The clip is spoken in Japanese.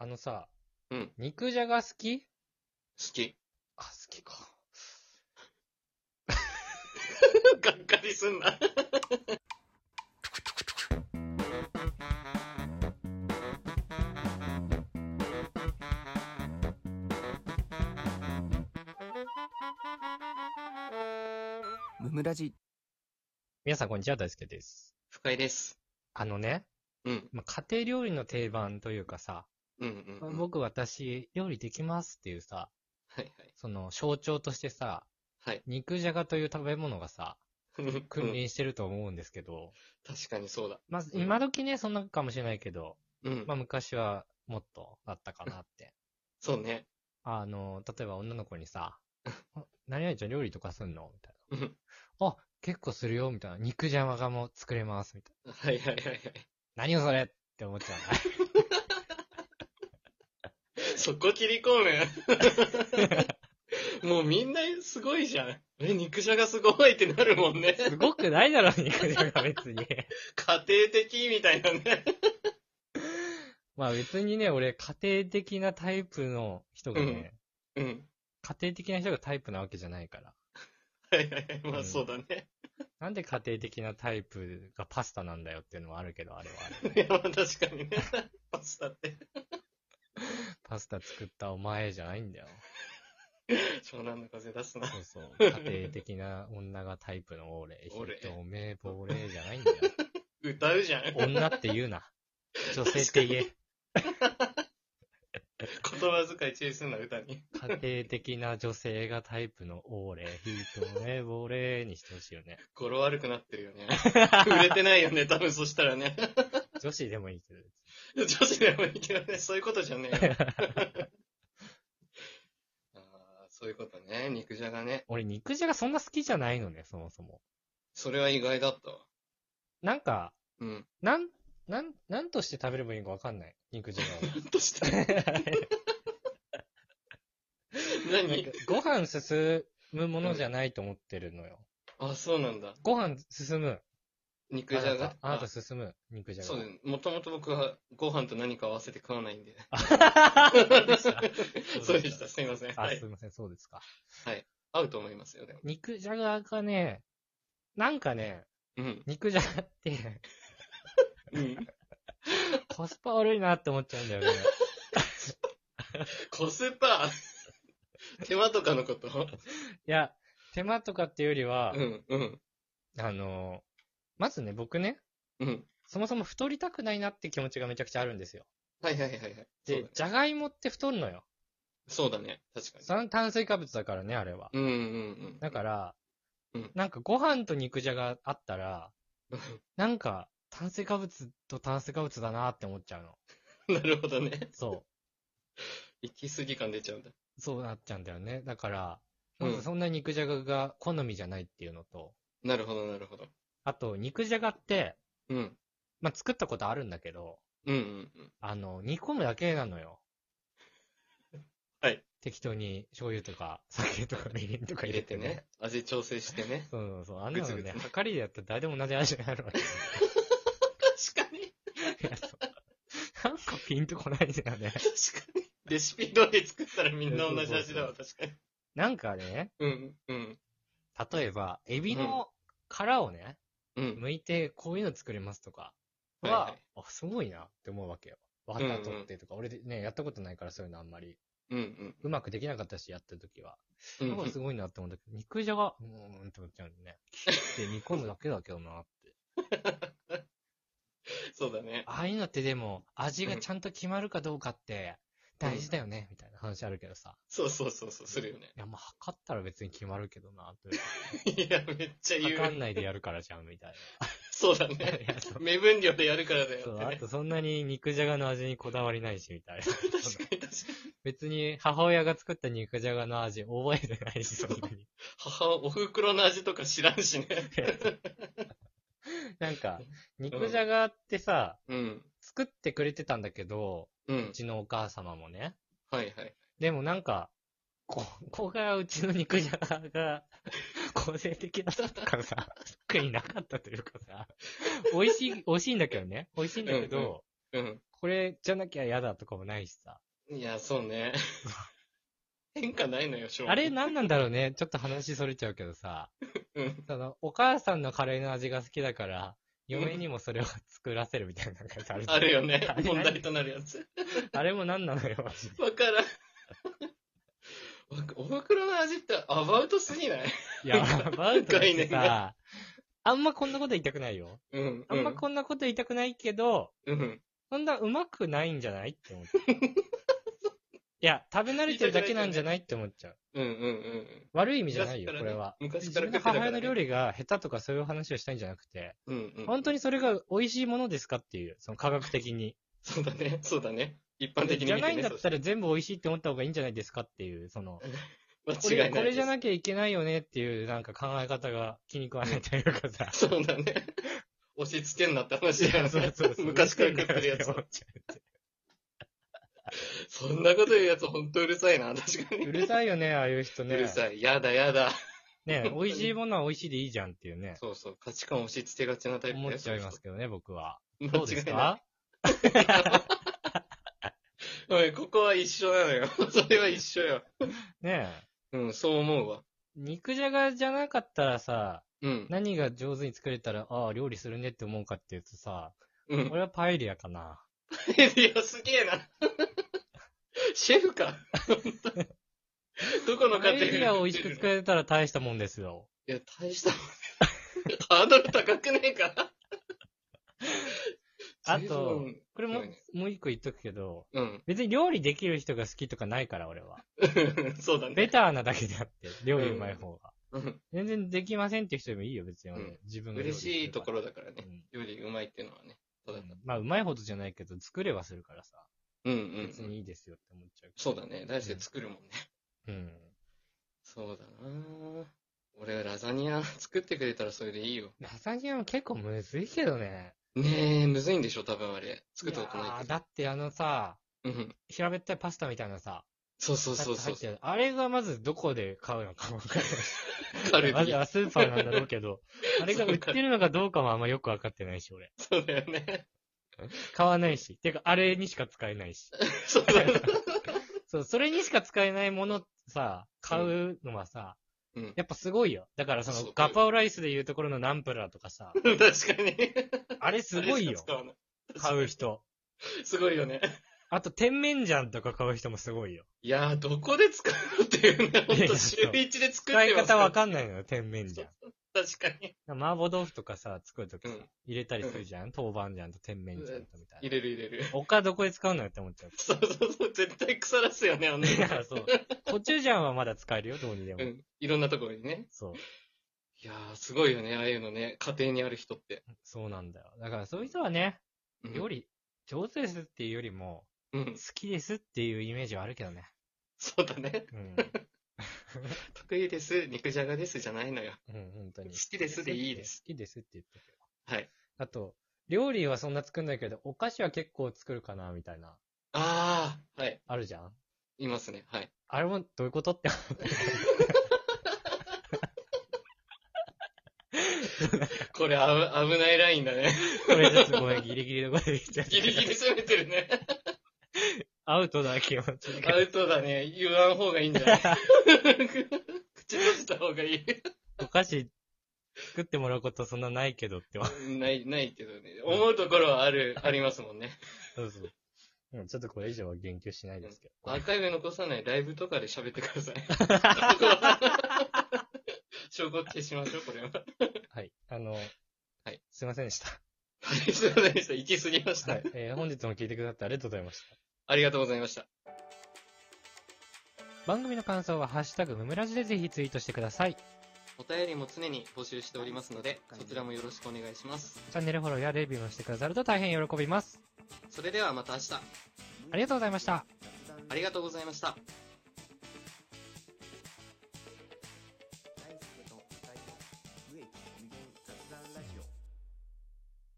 あのさ、 うん。 肉じゃが好き？ 好き。 あ、好きか。 がっかりすんな。 ムムラジ。 皆さんこんにちは、大輔です。 深井です。 あのね、 うん。 家庭料理の定番というかさ、 うん。 私、料理できますっていうさ、 はいその象徴としてさ、 はい。 肉じゃがという食べ物がさ、 はい。 君臨してると思うんですけど、 確かにそうだ。 まず、 うん今時ね、そんなかもしれないけど、 うん。 昔はもっとだったかなって。 そうね。 例えば女の子にさ、何々ちゃん料理とかすんのみたいうん。 な。あ、結構するよみたいな。肉じゃがも作れますみたいな。 はい。 何をそれって思っちゃうそこ切り込む。もうみんなすごいじゃん。肉じゃがすごいってなるもんね。 すごくないだろ、肉じゃが別に。 家庭的みたいなね。 別にね、俺、家庭的なタイプの人がね、 うん。 家庭的な人がタイプなわけじゃないから。 まあそうだね。 なんで家庭的なタイプがパスタなんだよっていうのはあるけど、あれはあれいや、まあ確かにね。パスタって。 パスタ作ったお前じゃないんだよ。 湘南の風出すな。 そうそう。家庭的な女がタイプの俺、一目惚れじゃないんだよ。 歌うじゃん。 女って言うな。女性って言え。 言葉遣い注意すんな、歌に。 家庭的な女性がタイプの俺、一目惚れにしてほしいよね。 語呂悪くなってるよね。売れてないよね、多分そしたらね。 女子でもいいけど。 女子でもいいけどね、そういうことじゃねえよ。そういうことね、肉じゃがね。 俺、肉じゃがそんな好きじゃないのね、そもそも。 それは意外だったわ。 なんか、 うん。 なんとして食べればいいのかわかんない。肉じゃがを。 なんとして何ご飯進むものじゃないと思ってるのよ。 あ、そうなんだ。 ご飯進む。 肉じゃがあなた進む。肉じゃが。 そうだね。もともと僕はご飯と何か合わせて食わないんで。 そうでした。 そうでした。すいません。 あ、 はいすい。ません、そうですか。 はい。合うと思いますよ、でも。 肉じゃががね、なんかね、 うん。 肉じゃがってうん。 コスパ悪いなって思っちゃうんだよね。 コスパ手間とかのこといや、手間とかっていうよりは、 うん。 まずね、僕ね、 うん。 そもそも太りたくないなって気持ちがめちゃくちゃあるんですよ。 はい。そうで、 だね。 じゃがいもって太るのよ。 そうだね。確かに。 その炭水化物だからね、あれは。だから、なんかご飯と肉じゃがあったら、なんか炭水化物と炭水化物だなって思っちゃうの。 なるほどね。 そ行き過ぎ感出ちゃうんだ。 う。そうなっちゃうんだよね。だから、まずそんな肉じゃがが好みじゃないっていうのと、 なるほど。 あと、肉じゃがって、 うん。 作ったことあるんだけど、 うん。 煮込むだけなのよ。 はい。 適当に醤油とか酒とかみりんとか入れてね。 味調整してね。 そう。あんなのね、量りでやったら誰でも同じ味になるわけ。 確かに。 いや、そう。なんかピンとこないんだよね。 確かに。レシピ通り作ったらみんな同じ味だわ、確かに。 なんかね、 うん。 例えば、エビの殻をね、剥いてこういうの作れますとかは、あ、すごいなって思うわけよ。綿取ってとか、俺ね、やったことないからそういうのあんまり。うまくできなかったし、やってるときは。なんかすごいなって思うんだけど、肉じゃが、って思っちゃうんでね。切って煮込むだけだけどなって。 そうだね。 ああいうのってでも、味がちゃんと決まるかどうかって大事だよね、みたいな話あるけどさ。 そう、するよね。 いや、測ったら別に決まるけどな、といや、めっちゃ言う。 測んないでやるからじゃん、みたいな。 そうだね。目分量でやるからだよ、 そう、あとそんなに肉じゃがの味にこだわりないし、みたいな。 確かに。 別に母親が作った肉じゃがの味覚えてないし、そんなに。 お袋の味とか知らんしね。 なんか、肉じゃがってさ、 うん。 作ってくれてたんだけど、 うん。 うちのお母様もね。 はい。 でもなんか、ここがうちの肉じゃがが個性的だったからさ、特になかったというかさ、美味しいんだけどね。美味しいんだけど、 これじゃなきゃ嫌だとかもないしさ。 いや、そうね。変化ないのよ、正直。 あれ何なんだろうね。ちょっと話それちゃうけどさ。 うん。 お母さんのカレーの味が好きだから、嫁にもそれを作らせるみたいなのがある。 あるよねあ。れ問題となるやつ。 あれも何なのよ、マジで。 わからん。お袋の味ってアバウトすぎない？ いや、バウトだって概念さ、あんまこんなこと言いたくないよ。 うん。 あんまこんなこと言いたくないけど、 うん。 そんな上手くないんじゃないって思っちゃう。いや、食べ慣れてるだけなんじゃないって思っちゃう。 うんうんうん悪い意味じゃないよ、これは。 昔自から食ってたからね分の母親の料理が下手とかそういう話をしたいんじゃなくて、 うんうん。 本当にそれが美味しいものですかっていう、その科学的に。 そうだね。そうだね。一般的に見てね。 じゃないんだったら全部美味しいって思った方がいいんじゃないですかっていう、その、 間こ違いないです。 れじゃなきゃいけないよねっていうなんか考え方が気に食わないというかさ。 そうだね。押し付けんなって話だよね。 そう昔から食ってるやつ思。っちゃうそんなこと言うやつほんとうるさいな、確かに。 うるさいよね、ああいう人ね。 うるさい。やだやだ。 ね、美味しいものは美味しいでいいじゃんっていうね。 そうそう。価値観押し付けがちなタイプ思っちゃいますけどね、僕は。 間違いないどうですか？ おい、ここは一緒なのよ。それは一緒よ。 ねえ。 うん、そう思うわ。 肉じゃがじゃなかったらさ、 うん。 何が上手に作れたら、ああ、料理するねって思うかっていうとさ、 うん。 俺はパエリアかな。 いや、すげえな。シェフか。どこのパ家庭エリアを美味しく作れたら大したもんですよ。 いや、大したもんね。ハードル高くねえか。 あと十分、 これも、もう一個言っとくけど、 うん。 別に料理できる人が好きとかないから、俺は。 そうだね。 ベターなだけであって、料理うまい方が。 うん。 全然できませんっていう人でもいいよ、別に俺。 うん自分が料理嬉しいところだからね。 うん料理うまいっていうのはね。そうだった。 まあ、うまいほどじゃないけど、作れはするからさ。 うんうん別にいいですよって思っちゃう。 そうだね。大して作るもんね。 うん。 そうだな俺、ラザニア作ってくれたらそれでいいよ。 ラザニアも結構むずいけどね。 ねえ、むずいんでしょ、多分あれ。作ったことないけど。 だってさ、 うん。 平べったいパスタみたいなさ、 そうそうそうそう入ってるあれがまずどこで買うのかもわかんない。 カルビまずはスーパーなんだろうけど、あれが売ってるのかどうかもあんまよくわかってないし、俺。 そうだよね。 買わないし。てか、あれにしか使えないし。 そうだね。 そう、それにしか使えないものさ、買うのはさ、 うん。 やっぱすごいよ。だからそうガパオライスでいうところのナンプラーとかさ、 確かに。 あれすごいよあれしか。使わない買う人。 すごいよね。 あと、甜麺醤とか買う人もすごいよ。 いやー、どこで使うのっていうね、ほんと週一で作ってます使い方わんかんないのよ、甜麺醤。 確かに。 麻婆豆腐とかさ、作るときさうん入れたりするじゃん、豆板醤と甜麺醤とみたい入な。 れる入れる。 他どこで使うのよって思っちゃう。 そうそうそう、絶対腐らすよね、あんなのいや、そう。コチュジャンはまだ使えるよ、どうにでも。 うん。いろんなところにね。 そう。 いやー、すごいよね、ああいうのね。家庭にある人って。 そうなんだよ。だからそういう人はね、 うん料理上手ですっていうよりも、 うん好。きですっていうイメージはあるけどね。 そうだね。 うん。 得意です、肉じゃがですじゃないのよ。 うん、本当に。 好きですでいいです。 好きですって言ってる。 はい。 あと、料理はそんな作んないけど、お菓子は結構作るかな、みたいな。 あー、はい。 あるじゃん。 いますね。はい。 あれもどういうことって。 これ危ないラインだね。 これちょっとごめん、ギリギリの声で言っちゃった。 ギリギリ攻めてるね。 アウトな気持ちが。 アウトだね。言わん方がいいんじゃない口閉じた方がいい。 お菓子作ってもらうことそんなないけどって思う。 ないけどね。思うところはありますもんね。 そうそう。うん、ちょっとこれ以上は言及しないですけど。 アーカイブ残さないライブとかで喋ってください。証拠消しましょう、これは。 はい。 はい。 すいませんでした。 はい、すいませんでした。行き過ぎました。 はい。本日も聞いてくださってありがとうございました。 ありがとうございました。 番組の感想はハッシュタグムムラジでぜひツイートしてください。 お便りも常に募集しておりますので、そちらもよろしくお願いします。 チャンネルフォローやレビューもしてくださると大変喜びます。 それではまた明日。 ありがとうございました。 ありがとうございました。